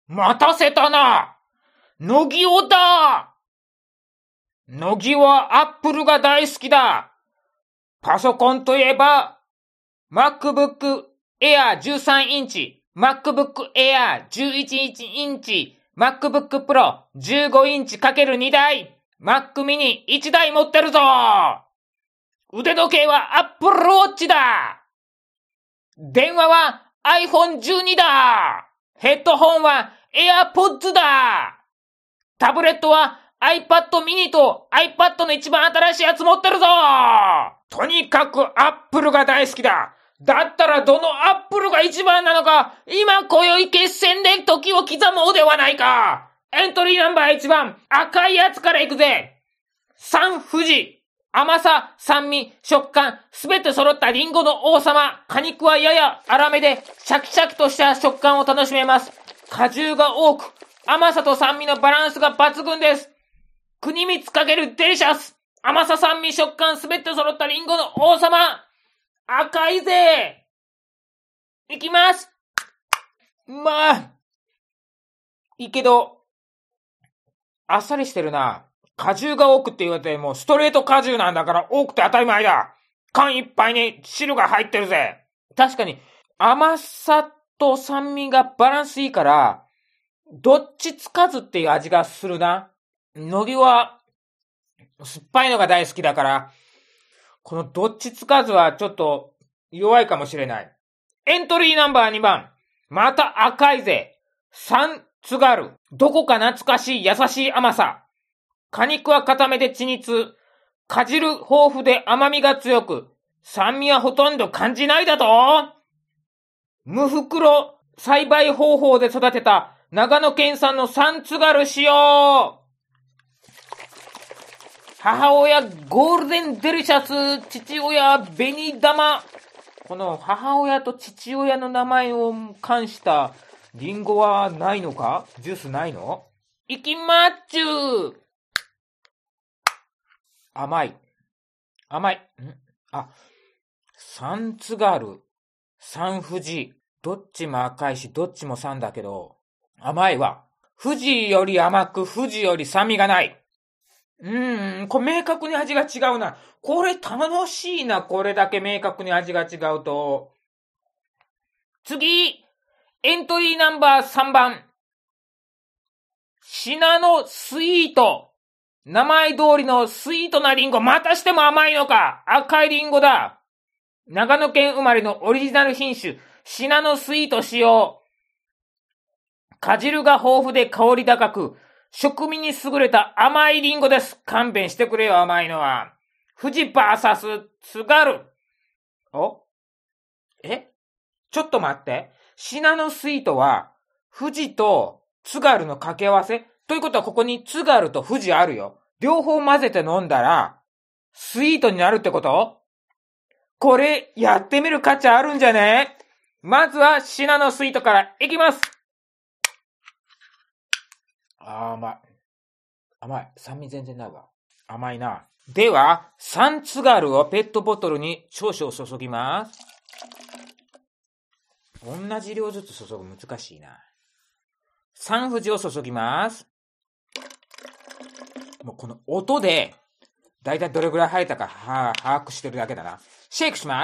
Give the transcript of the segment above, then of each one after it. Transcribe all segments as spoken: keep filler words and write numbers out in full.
待たせたな。乃木をだ。乃木はアップルが大好きだ。パソコンといえば、MacBook Air じゅうさんインチ、MacBook Air じゅういちインチ、MacBook Pro じゅうごインチ ×に 台、Mac mini いち台持ってるぞ。腕時計は Apple Watch だ。電話は アイフォンじゅうに だ。ヘッドホンは AirPods だ。タブレットは iPad mini と iPad の一番新しいやつ持ってるぞ。とにかく Apple が大好きだ。だったらどの Apple が一番なのか、今今宵決戦で時を刻もうではないか。エントリーナンバーいちばん、赤いやつからいくぜ。三富士。甘さ、酸味、食感、すべて揃ったリンゴの王様。果肉はやや粗めで、シャキシャキとした食感を楽しめます。果汁が多く、甘さと酸味のバランスが抜群です。国蜜×デリシャス。甘さ、酸味、食感、すべて揃ったリンゴの王様。赤いぜ。いきます。まあ、いいけど、あっさりしてるな。果汁が多くって言われてもうストレート果汁なんだから多くて当たり前だ。缶いっぱいに汁が入ってるぜ。確かに甘さと酸味がバランスいいから、どっちつかずっていう味がするな。乃木は酸っぱいのが大好きだから、このどっちつかずはちょっと弱いかもしれない。エントリーナンバーにばん。また赤いぜ。三津軽。どこか懐かしい優しい甘さ。果肉は固めで緻密。果汁豊富で甘みが強く。酸味はほとんど感じないだと。無袋栽培方法で育てた長野県産の三津軽使用。母親ゴールデンデリシャス、父親紅玉。この母親と父親の名前を冠したリンゴはないのか？ジュースないの？いきまっちゅー。甘い。甘い。んあ、三津軽、三富士。どっちも赤いし、どっちも三だけど、甘いわ。富士より甘く、富士より酸味がない。うーん、これ明確に味が違うな。これ楽しいな、これだけ明確に味が違うと。次、エントリーナンバーさんばん。シナノスイート。名前通りのスイートなリンゴ、またしても甘いのか。赤いリンゴだ。長野県生まれのオリジナル品種、シナノスイート使用。果汁が豊富で香り高く、食味に優れた甘いリンゴです。勘弁してくれよ、甘いのは。富士バーサス津軽。お？え？ちょっと待って。シナノスイートは、富士と津軽の掛け合わせ？ということはここに津軽と富士あるよ。両方混ぜて飲んだら、スイートになるってこと？これ、やってみる価値あるんじゃね？まずはシナノスイートからいきます。あー、甘い。甘い。酸味全然ないわ。甘いな。では、三津軽をペットボトルに少々注ぎます。同じ量ずつ注ぐ難しいな。三富士を注ぎます。もうこの音で、だいたいどれぐらい入ったかは把握してるだけだな。シェイクします。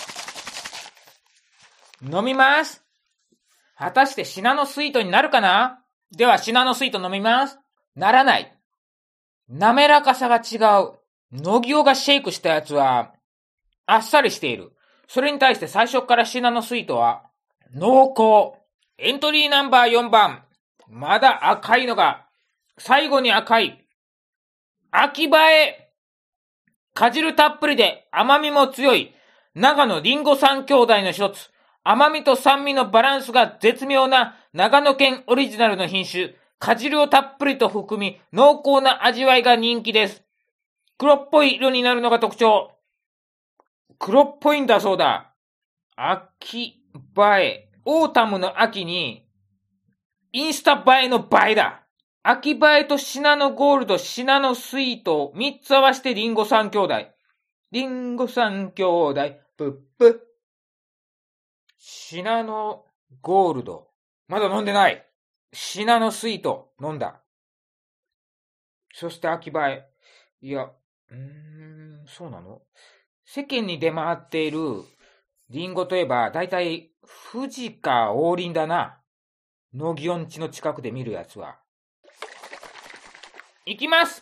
飲みます。果たしてシナノスイートになるかな？ではシナノスイート飲みます。ならない。滑らかさが違う。乃木尾がシェイクしたやつは、あっさりしている。それに対して最初からシナノスイートは、濃厚。エントリーナンバーよんばん。まだ赤いのが、最後に赤い。秋映え。果汁たっぷりで甘みも強い。長野りんご三兄弟の一つ。甘みと酸味のバランスが絶妙な長野県オリジナルの品種。果汁をたっぷりと含み、濃厚な味わいが人気です。黒っぽい色になるのが特徴。黒っぽいんだそうだ。秋映え。オータムの秋に、インスタ映えの映えだ。秋映えとシナノゴールド、シナノスイートをみっつ合わせてリンゴ三兄弟。リンゴ三兄弟、ぷっぷ。シナノゴールド。まだ飲んでない。 シナノスイート飲んだ。そして秋葉え。いや、うーん、そうなの？世間に出回っているリンゴといえば、だいたい富士か王林だな。農業んちの近くで見るやつは。いきます。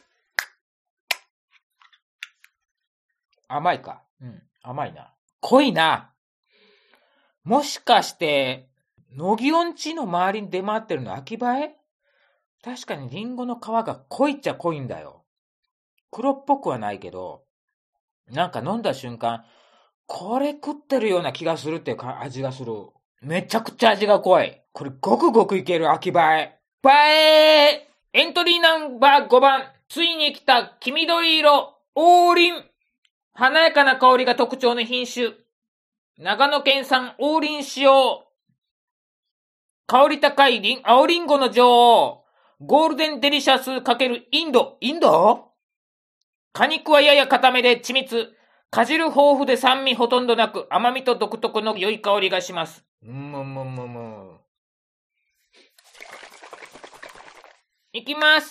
甘いか。うん、甘いな。濃いな。もしかして、農業んちの周りに出回ってるの秋葉え？確かにリンゴの皮が濃いっちゃ濃いんだよ。黒っぽくはないけど、なんか飲んだ瞬間、これ食ってるような気がするっていうか味がする。めちゃくちゃ味が濃い。これごくごくいける秋葉え。ばえーエントリーナンバーごばん。ついに来た黄緑色、王林。華やかな香りが特徴の品種。長野県産王林使用。香り高いリン青リンゴの女王。ゴールデンデリシャス×インド。インド？果肉はやや固めで緻密。果汁豊富で酸味ほとんどなく、甘みと独特の良い香りがします。むむむむ。いきます。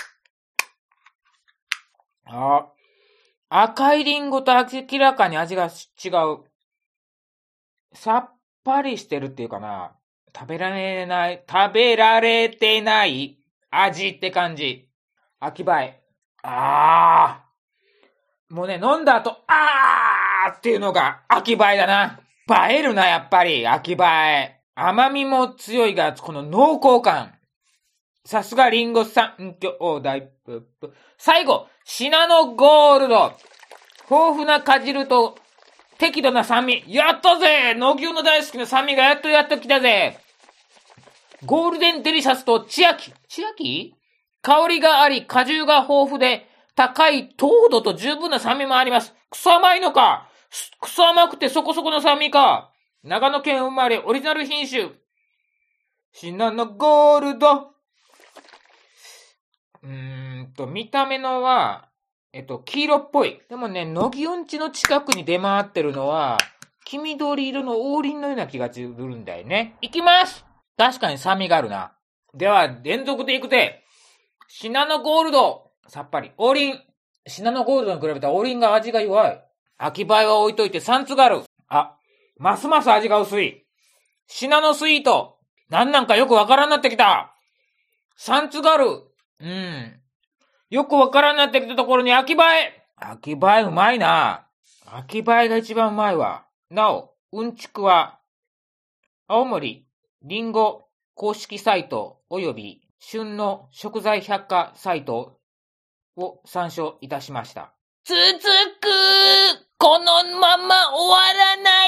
あ、赤いリンゴと明らかに味が違う。さっぱりしてるっていうかな。食べられない、食べられてない味って感じ。秋葉え。あー。もうね、飲んだ後、あーっていうのが秋葉えだな。映えるな、やっぱり、秋葉え。甘みも強いが、この濃厚感。さすがリンゴ三兄弟。最後、シナノゴールド。豊富な果汁と適度な酸味。やったぜ！農業の大好きな酸味がやっとやっと来たぜ！ゴールデンデリシャスと千秋。千秋？香りがあり、果汁が豊富で、高い糖度と十分な酸味もあります。クソ甘いのか？クソ甘くてそこそこの酸味か。長野県生まれオリジナル品種。シナノゴールド。うーんと、見た目のは、えっと、黄色っぽい。でもね、乃木音地の近くに出回ってるのは、黄緑色の王林のような気がするんだよね。いきます！確かに酸味があるな。では、連続でいくぜ。シナノゴールド。さっぱり。王林。シナノゴールドに比べたら王林が味が弱い。秋葉えは置いといてサンツガル。あ、ますます味が薄い。シナノスイート。なんなんかよくわからんなってきた。サンツガル。うん。よくわからんなってきたところに秋葉え。秋葉えうまいな。秋葉えが一番うまいわ。なお、うんちくは、青森りんご公式サイト及び旬の食材百科サイトを参照いたしました。続く！このまま終わらない！